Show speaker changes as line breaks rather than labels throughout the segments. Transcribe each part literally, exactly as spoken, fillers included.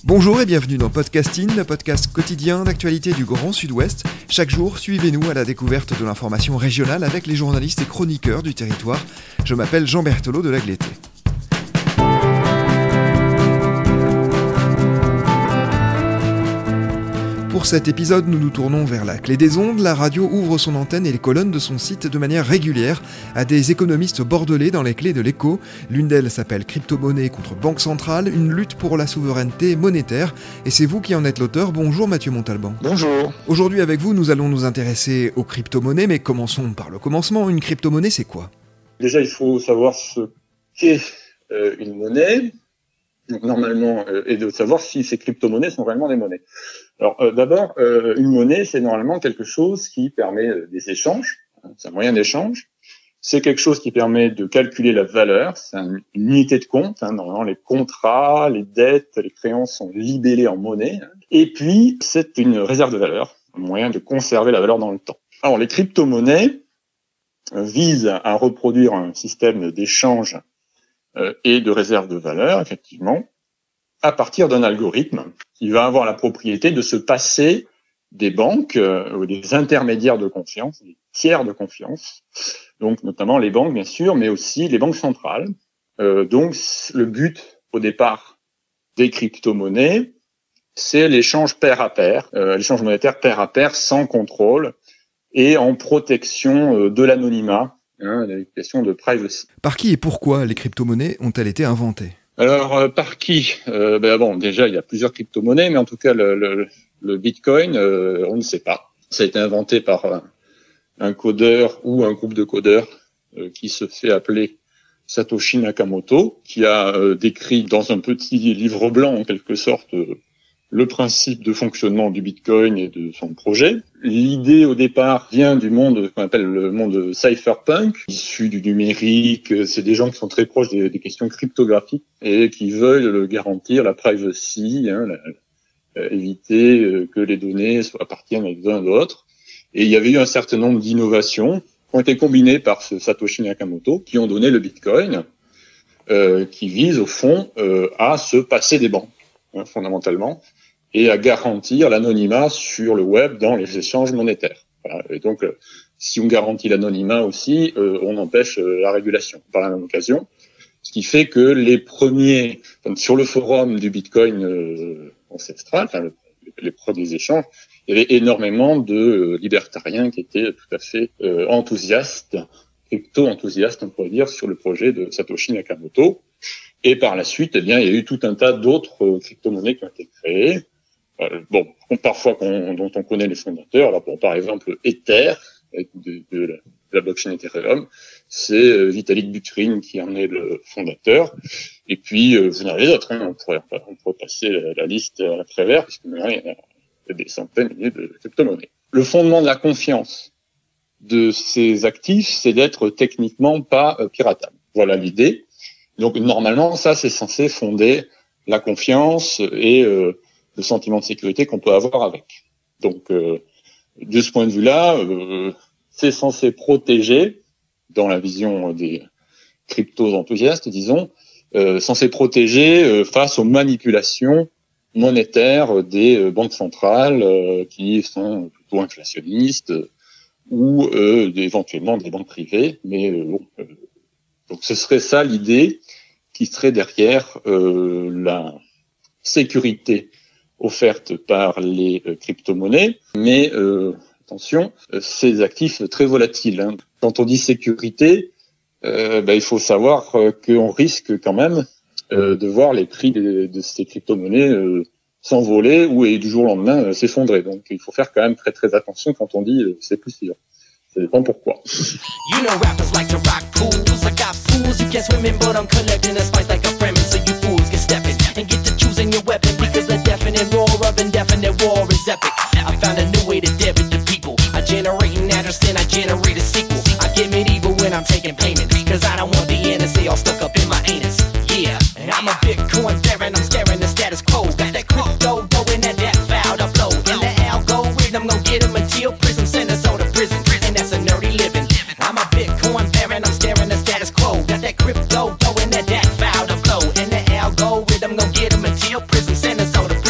Bonjour et bienvenue dans Podcasting, le podcast quotidien d'actualité du Grand Sud-Ouest. Chaque jour, suivez-nous à la découverte de l'information régionale avec les journalistes et chroniqueurs du territoire. Je m'appelle Jean Berthelot de Lagleté. Pour cet épisode, nous nous tournons vers la clé des ondes. La radio ouvre son antenne et les colonnes de son site de manière régulière à des économistes bordelais dans les clés de l'écho. L'une d'elles s'appelle Crypto-monnaie contre banque centrale, une lutte pour la souveraineté monétaire. Et c'est vous qui en êtes l'auteur. Bonjour Mathieu Montalban.
Bonjour.
Aujourd'hui avec vous, nous allons nous intéresser aux crypto-monnaies, mais commençons par le commencement. Une crypto-monnaie, c'est quoi ?
Déjà, il faut savoir ce qu'est euh, une monnaie. Donc, normalement, euh, et de savoir si ces crypto-monnaies sont réellement des monnaies. Alors, euh, d'abord, euh, une monnaie, c'est normalement quelque chose qui permet euh, des échanges. C'est un moyen d'échange. C'est quelque chose qui permet de calculer la valeur. C'est un, une unité de compte. Hein. Normalement, les contrats, les dettes, les créances sont libellés en monnaie. Hein. Et puis, c'est une réserve de valeur, un moyen de conserver la valeur dans le temps. Alors, les crypto-monnaies euh, visent à reproduire un système d'échange euh, et de réserve de valeur, effectivement, à partir d'un algorithme qui va avoir la propriété de se passer des banques euh, ou des intermédiaires de confiance, des tiers de confiance, donc notamment les banques bien sûr, mais aussi les banques centrales. Euh, donc le but au départ des crypto-monnaies, c'est l'échange pair à pair, euh, l'échange monétaire pair à pair sans contrôle et en protection euh, de l'anonymat, hein, la question de privacy.
Par qui et pourquoi les crypto-monnaies ont-elles été inventées ?
Alors, euh, par qui euh, ben bon, déjà, il y a plusieurs crypto-monnaies, mais en tout cas, le, le, le Bitcoin, euh, on ne sait pas. Ça a été inventé par un, un codeur ou un groupe de codeurs euh, qui se fait appeler Satoshi Nakamoto, qui a euh, décrit dans un petit livre blanc, en quelque sorte, euh, le principe de fonctionnement du Bitcoin et de son projet. L'idée, au départ, vient du monde qu'on appelle le monde cypherpunk, issu du numérique. C'est des gens qui sont très proches des, des questions cryptographiques et qui veulent garantir la privacy, hein, la, la, éviter que les données soient appartiennent les uns à l'autre. Et il y avait eu un certain nombre d'innovations qui ont été combinées par ce Satoshi Nakamoto, qui ont donné le Bitcoin, euh, qui vise, au fond, euh, à se passer des banques, hein, fondamentalement, et à garantir l'anonymat sur le web dans les échanges monétaires. Voilà. Et donc, euh, si on garantit l'anonymat aussi, euh, on empêche euh, la régulation par la même occasion. Ce qui fait que les premiers, enfin, sur le forum du Bitcoin euh, ancestral, enfin, le, les premiers échanges, il y avait énormément de euh, libertariens qui étaient tout à fait euh, enthousiastes, crypto-enthousiastes, on pourrait dire, sur le projet de Satoshi Nakamoto. Et par la suite, eh bien, il y a eu tout un tas d'autres euh, crypto-monnaies qui ont été créées. Euh, bon, parfois qu'on, dont on connaît les fondateurs. Alors, bon, par exemple, Ether, de, de, la, de la blockchain Ethereum, c'est euh, Vitalik Buterin qui en est le fondateur. Et puis, euh, vous en avez d'autres. Hein, on pourrait, on pourrait passer la, la liste à la travers, puisque maintenant, il y a des centaines de milliers de crypto-monnaies. Le fondement de la confiance de ces actifs, c'est d'être techniquement pas euh, piratable. Voilà l'idée. Donc, normalement, ça, c'est censé fonder la confiance et euh, le sentiment de sécurité qu'on peut avoir avec. Donc, euh, de ce point de vue-là, euh, c'est censé protéger, dans la vision des crypto-enthousiastes, disons, euh, censé protéger euh, face aux manipulations monétaires des euh, banques centrales euh, qui sont plutôt inflationnistes euh, ou euh, éventuellement des banques privées. Mais euh, bon, euh, donc, ce serait ça l'idée qui serait derrière euh, la sécurité offerte par les euh, crypto-monnaies, mais euh, attention, euh, ces actifs très volatiles. Hein. Quand on dit sécurité, euh, ben, il faut savoir euh, qu'on risque quand même euh, de voir les prix de, de ces crypto-monnaies euh, s'envoler ou et du jour au lendemain euh, s'effondrer. Donc il faut faire quand même très très attention quand on dit euh, c'est plus sûr. Ça dépend pourquoi.
You know rappers like to rock fools. I got fools who can't swim in, but I'm collecting the spice like a Fremen. So you fools get stepping and get to choosing your weapon because the deafening roar of indefinite war is epic. I found a new way to debit the people. I generate an address, then I generate a sequel. I get medieval when I'm taking payments because I don't want the N S A all stuck up in my anus. Yeah, and I'm a Bitcoin baron, I'm scaring the status quo. Got that crypto going at that foul to blow. And the algorithm gon' get him until prison sentence or to prison. And that's a nerdy living. I'm a Bitcoin baron, I'm scaring the status quo. Got that crypto going at that foul to blow. And the algorithm gon' get him until prison sentence or to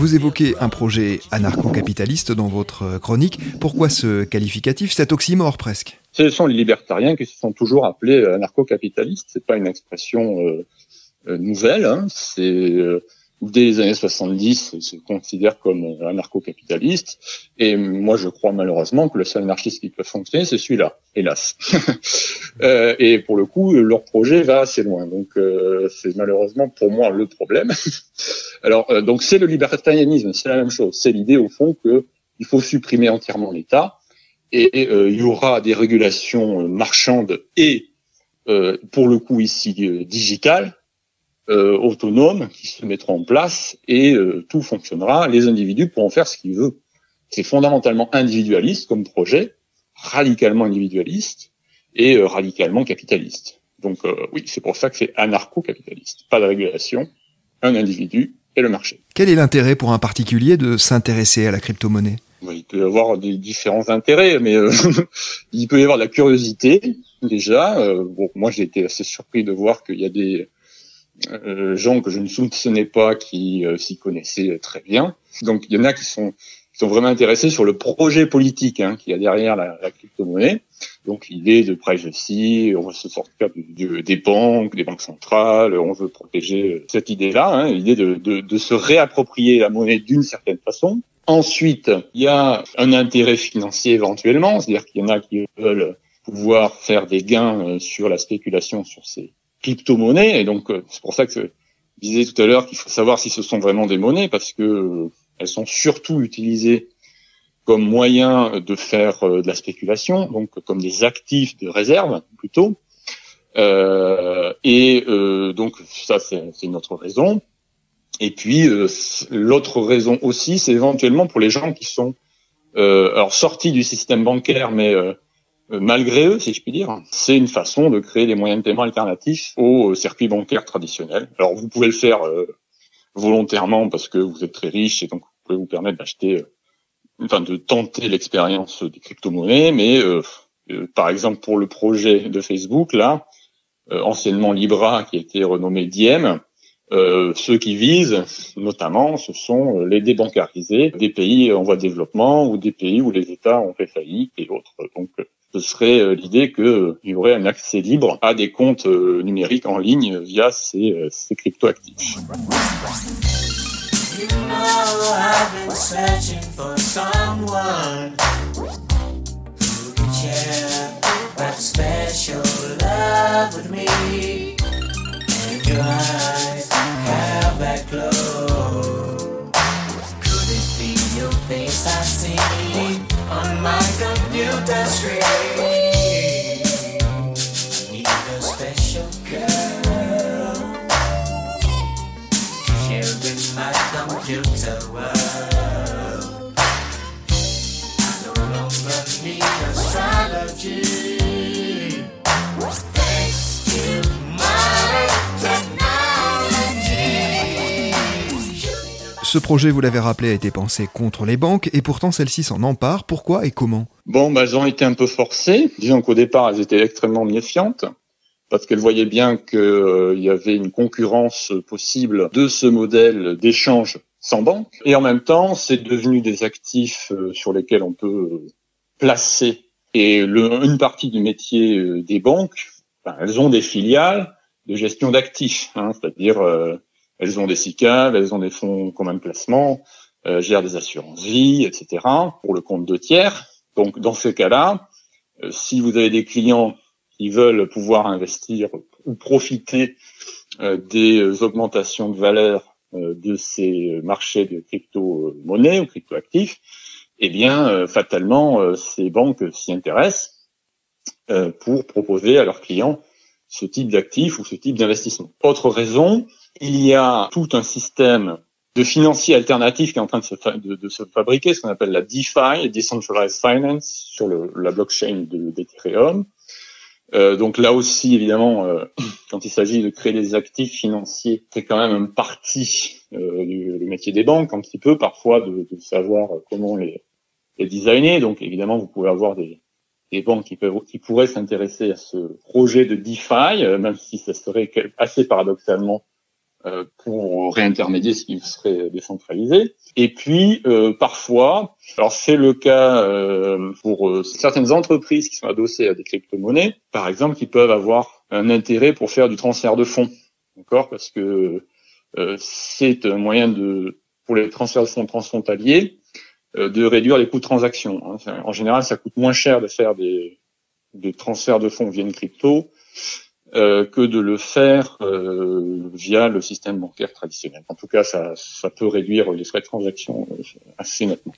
Vous évoquez un projet anarcho-capitaliste dans votre chronique. Pourquoi ce qualificatif, cet oxymore presque ?
Ce sont les libertariens qui se sont toujours appelés anarcho-capitalistes. C'est pas une expression euh, euh, nouvelle. Hein. C'est euh, dès les années soixante-dix, ils se considèrent comme anarcho-capitalistes. Et moi, je crois malheureusement que le seul anarchiste qui peut fonctionner, c'est celui-là, hélas. euh, et pour le coup, leur projet va assez loin. Donc, euh, c'est malheureusement pour moi le problème. Alors, euh, donc c'est le libertarianisme, c'est la même chose. C'est l'idée au fond que il faut supprimer entièrement l'État et euh, il y aura des régulations marchandes et, euh, pour le coup ici, euh, digitales, Euh, autonomes qui se mettront en place et euh, tout fonctionnera. Les individus pourront faire ce qu'ils veulent. C'est fondamentalement individualiste comme projet, radicalement individualiste et euh, radicalement capitaliste. Donc euh, oui, c'est pour ça que c'est anarcho-capitaliste. Pas de régulation, un individu et le marché.
Quel est l'intérêt pour un particulier de s'intéresser à la crypto-monnaie ?
Oui, il peut y avoir des différents intérêts, mais euh, il peut y avoir de la curiosité déjà. Euh, bon, moi j'ai été assez surpris de voir qu'il y a des Euh, gens que je ne soupçonnais pas qui euh, s'y connaissaient très bien. Donc il y en a qui sont qui sont vraiment intéressés sur le projet politique hein, qu'il y a derrière la, la crypto-monnaie. Donc l'idée de privacy, on veut se sortir du, du, des banques, des banques centrales, on veut protéger cette idée-là, hein, l'idée de, de, de se réapproprier la monnaie d'une certaine façon. Ensuite, il y a un intérêt financier éventuellement, c'est-à-dire qu'il y en a qui veulent pouvoir faire des gains sur la spéculation sur ces crypto-monnaies, et donc c'est pour ça que je disais tout à l'heure qu'il faut savoir si ce sont vraiment des monnaies, parce que euh, elles sont surtout utilisées comme moyen de faire euh, de la spéculation, donc comme des actifs de réserve plutôt. Euh, et euh, donc ça c'est, c'est une autre raison. Et puis euh, l'autre raison aussi, c'est éventuellement pour les gens qui sont euh, alors sortis du système bancaire, mais euh, malgré eux, si je puis dire, c'est une façon de créer des moyens de paiement alternatifs au circuit bancaire traditionnel. Alors, vous pouvez le faire euh, volontairement parce que vous êtes très riche et donc vous pouvez vous permettre d'acheter, euh, enfin, de tenter l'expérience des crypto-monnaies. Mais, euh, euh, par exemple, pour le projet de Facebook, là, euh, anciennement Libra, qui a été renommé Diem, euh, ceux qui visent, notamment, ce sont les débancarisés des pays en voie de développement ou des pays où les États ont fait faillite et autres. Donc, ce serait l'idée qu'il y aurait un accès libre à des comptes numériques en ligne via ces, ces crypto-actifs. You know I've been searching for someone who can share that special love with me. And your eyes have that glow. Could it be your face I see on my computer screen? I need a special girl to share in my computer world. I no longer need astrology. Thanks to my technology.
Ce projet, vous l'avez rappelé, a été pensé contre les banques et pourtant celles-ci s'en emparent. Pourquoi et comment ?
Bon, bah, elles ont été un peu forcées. Disons qu'au départ, elles étaient extrêmement méfiantes parce qu'elles voyaient bien qu'il euh, y avait une concurrence possible de ce modèle d'échange sans banque. Et en même temps, c'est devenu des actifs euh, sur lesquels on peut euh, placer. Et le, une partie du métier euh, des banques, ben, elles ont des filiales de gestion d'actifs, hein, c'est-à-dire euh, elles ont des S I C A V, elles ont des fonds communs de placement, euh, gèrent des assurances-vie, et cetera, pour le compte de tiers. Donc, dans ce cas-là, euh, si vous avez des clients qui veulent pouvoir investir ou profiter euh, des augmentations de valeur euh, de ces marchés de crypto-monnaies ou crypto-actifs, eh bien, euh, fatalement, euh, ces banques s'y intéressent euh, pour proposer à leurs clients ce type d'actifs ou ce type d'investissement. Autre raison, il y a tout un système de financiers alternatifs qui est en train de se, fa- de, de se fabriquer, ce qu'on appelle la DeFi, Decentralized Finance, sur le, la blockchain de, d'Ethereum. Euh, donc là aussi, évidemment, euh, quand il s'agit de créer des actifs financiers, c'est quand même une partie euh, du, du métier des banques, un petit peu parfois de, de savoir comment les, les designer. Donc évidemment, vous pouvez avoir des, des banques qui, peuvent, qui pourraient s'intéresser à ce projet de DeFi, euh, même si ça serait assez paradoxalement euh, pour réintermédier ce qui serait décentralisé. Et puis, euh, parfois, alors c'est le cas euh, pour euh, certaines entreprises qui sont adossées à des crypto-monnaies, par exemple, qui peuvent avoir un intérêt pour faire du transfert de fonds, d'accord, parce que euh, c'est un moyen de, pour les transferts de fonds transfrontaliers, euh, de réduire les coûts de transaction. Hein. Enfin, en général, ça coûte moins cher de faire des, des transferts de fonds via une crypto Euh, que de le faire euh, via le système bancaire traditionnel. En tout cas, ça, ça peut réduire les frais de transaction euh, assez nettement.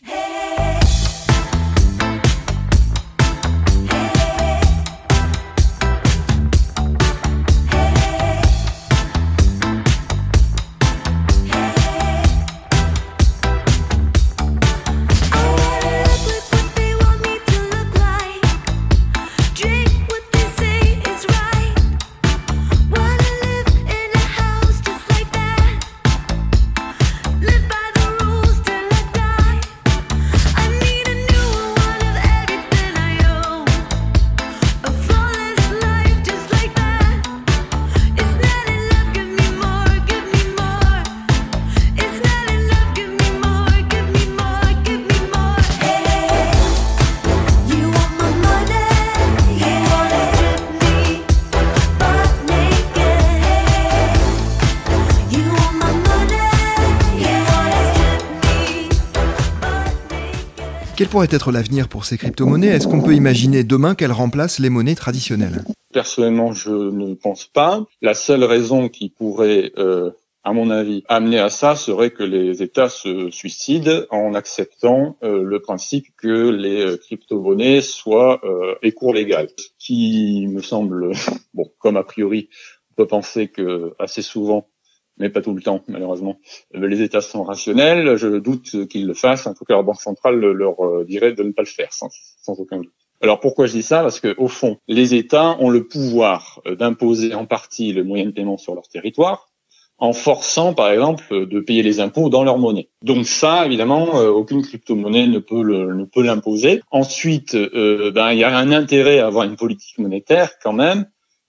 Quel pourrait être l'avenir pour ces crypto-monnaies ? Est-ce qu'on peut imaginer demain qu'elles remplacent les monnaies traditionnelles ?
Personnellement, je ne pense pas. La seule raison qui pourrait, euh, à mon avis, amener à ça serait que les États se suicident en acceptant euh, le principe que les crypto-monnaies soient euh, écours légal. Ce qui me semble, bon, comme a priori, on peut penser que assez souvent, mais pas tout le temps, malheureusement, les États sont rationnels. Je doute qu'ils le fassent. En tout cas, leur banque centrale leur dirait de ne pas le faire, sans, sans aucun doute. Alors, pourquoi je dis ça ? Parce que, au fond, les États ont le pouvoir d'imposer en partie le moyen de paiement sur leur territoire, en forçant, par exemple, de payer les impôts dans leur monnaie. Donc ça, évidemment, aucune crypto-monnaie ne peut le, ne peut l'imposer. Ensuite, euh, ben, il y a un intérêt à avoir une politique monétaire, quand même,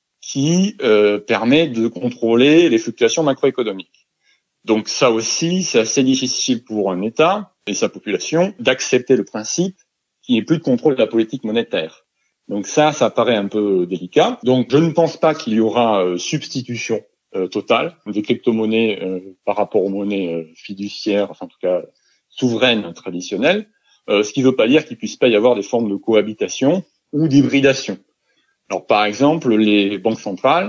qui euh, permet de contrôler les fluctuations macroéconomiques. Donc ça aussi, c'est assez difficile pour un État et sa population d'accepter le principe qu'il n'y ait plus de contrôle de la politique monétaire. Donc ça, ça paraît un peu délicat. Donc je ne pense pas qu'il y aura euh, substitution euh, totale des crypto-monnaies euh, par rapport aux monnaies euh, fiduciaires, enfin en tout cas souveraines traditionnelles, euh, ce qui ne veut pas dire qu'il ne puisse pas y avoir des formes de cohabitation ou d'hybridation. Alors, par exemple, les banques centrales,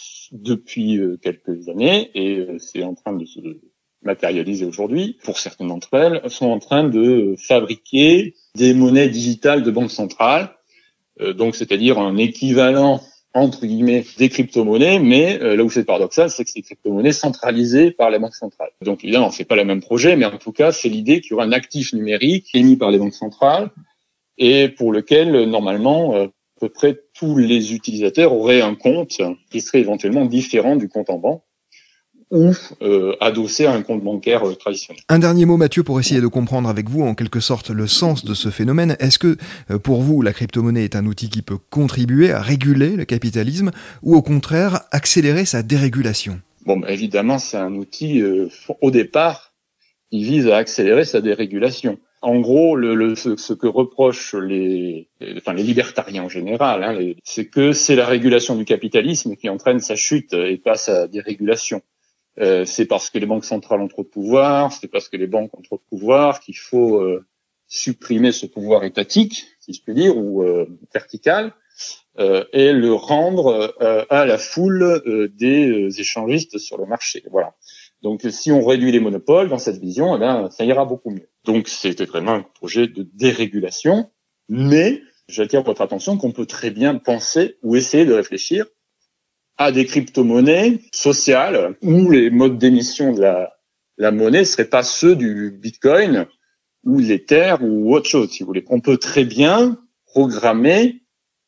depuis euh, quelques années, et euh, c'est en train de se matérialiser aujourd'hui, pour certaines d'entre elles, sont en train de fabriquer des monnaies digitales de banque centrale, euh, donc c'est-à-dire un équivalent, entre guillemets, des crypto-monnaies, mais euh, là où c'est paradoxal, c'est que c'est des crypto-monnaies centralisées par les banques centrales. Donc évidemment, c'est pas le même projet, mais en tout cas, c'est l'idée qu'il y aura un actif numérique émis par les banques centrales, et pour lequel, normalement, euh, à peu près tous les utilisateurs auraient un compte qui serait éventuellement différent du compte en banque ou euh, adossé à un compte bancaire euh, traditionnel.
Un dernier mot, Mathieu, pour essayer de comprendre avec vous en quelque sorte le sens de ce phénomène. Est-ce que euh, pour vous, la crypto-monnaie est un outil qui peut contribuer à réguler le capitalisme ou au contraire accélérer sa dérégulation ?
Bon, bah, évidemment, c'est un outil, euh, au départ, il vise à accélérer sa dérégulation. En gros, le, le, ce, ce que reprochent les, les, enfin les libertariens en général, hein, les, c'est que c'est la régulation du capitalisme qui entraîne sa chute et pas sa dérégulation. Euh, c'est parce que les banques centrales ont trop de pouvoir, c'est parce que les banques ont trop de pouvoir qu'il faut euh, supprimer ce pouvoir étatique, si je puis dire, ou euh, vertical, euh, et le rendre euh, à la foule euh, des échangistes sur le marché. Voilà. Donc, si on réduit les monopoles dans cette vision, eh bien, ça ira beaucoup mieux. Donc, c'était vraiment un projet de dérégulation, mais j'attire votre attention qu'on peut très bien penser ou essayer de réfléchir à des crypto-monnaies sociales où les modes d'émission de la, la monnaie ne seraient pas ceux du Bitcoin ou de l'Ether ou autre chose, si vous voulez. On peut très bien programmer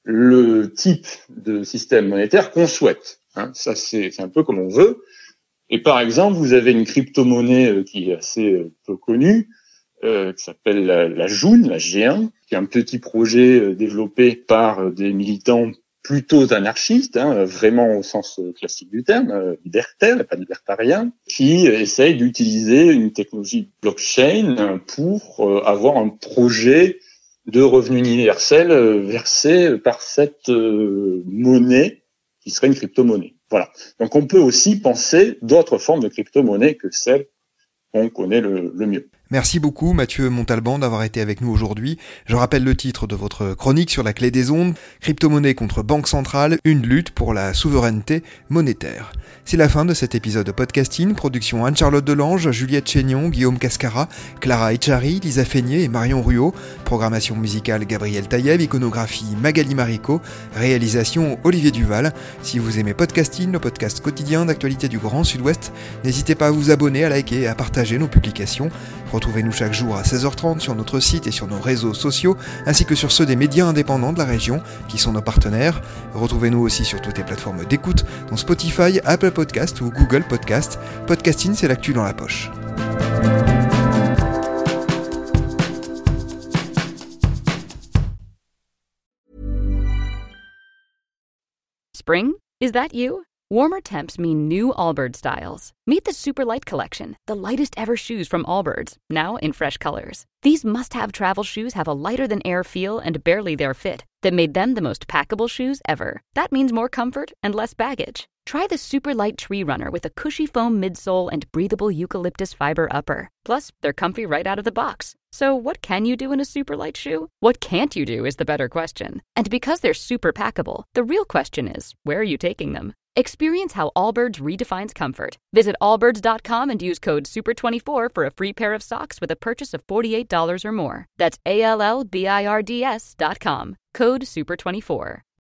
le type de système monétaire qu'on souhaite. Hein, ça, c'est, c'est un peu comme on veut. Et par exemple, vous avez une crypto-monnaie qui est assez peu connue, euh, qui s'appelle la, la June, la G un, qui est un petit projet développé par des militants plutôt anarchistes, hein, vraiment au sens classique du terme, euh, libertaires et pas libertariens, qui essayent d'utiliser une technologie blockchain pour euh, avoir un projet de revenu universel euh, versé par cette euh, monnaie qui serait une crypto-monnaie. Voilà. Donc on peut aussi penser d'autres formes de crypto-monnaie que celles qu'on connaît le, le mieux.
Merci beaucoup Mathieu Montalban d'avoir été avec nous aujourd'hui. Je rappelle le titre de votre chronique sur la clé des ondes, Crypto-monnaie contre banque centrale, une lutte pour la souveraineté monétaire. C'est la fin de cet épisode de podcasting, production Anne-Charlotte Delange, Juliette Chénion, Guillaume Cascara, Clara Echari, Lisa Feignet et Marion Ruot, programmation musicale Gabriel Taïeb, iconographie Magali Marico, réalisation Olivier Duval. Si vous aimez podcasting, le podcast quotidien d'actualité du Grand Sud-Ouest, n'hésitez pas à vous abonner, à liker et à partager nos publications. Retrouvez-nous chaque jour à seize heures trente sur notre site et sur nos réseaux sociaux, ainsi que sur ceux des médias indépendants de la région, qui sont nos partenaires. Retrouvez-nous aussi sur toutes les plateformes d'écoute, dont Spotify, Apple Podcast ou Google Podcast. Podcasting, c'est l'actu dans la poche.
Spring? Is that you? Warmer temps mean new Allbirds styles. Meet the Superlight Collection, the lightest ever shoes from Allbirds, now in fresh colors. These must-have travel shoes have a lighter-than-air feel and barely-there fit that made them the most packable shoes ever. That means more comfort and less baggage. Try the Superlight Tree Runner with a cushy foam midsole and breathable eucalyptus fiber upper. Plus, they're comfy right out of the box. So what can you do in a Superlight shoe? What can't you do is the better question. And because they're super packable, the real question is, where are you taking them? Experience how Allbirds redefines comfort. Visit allbirds dot com and use code super twenty-four for a free pair of socks with a purchase of forty-eight dollars or more. That's A L L B I R D S dot com. Code super twenty-four.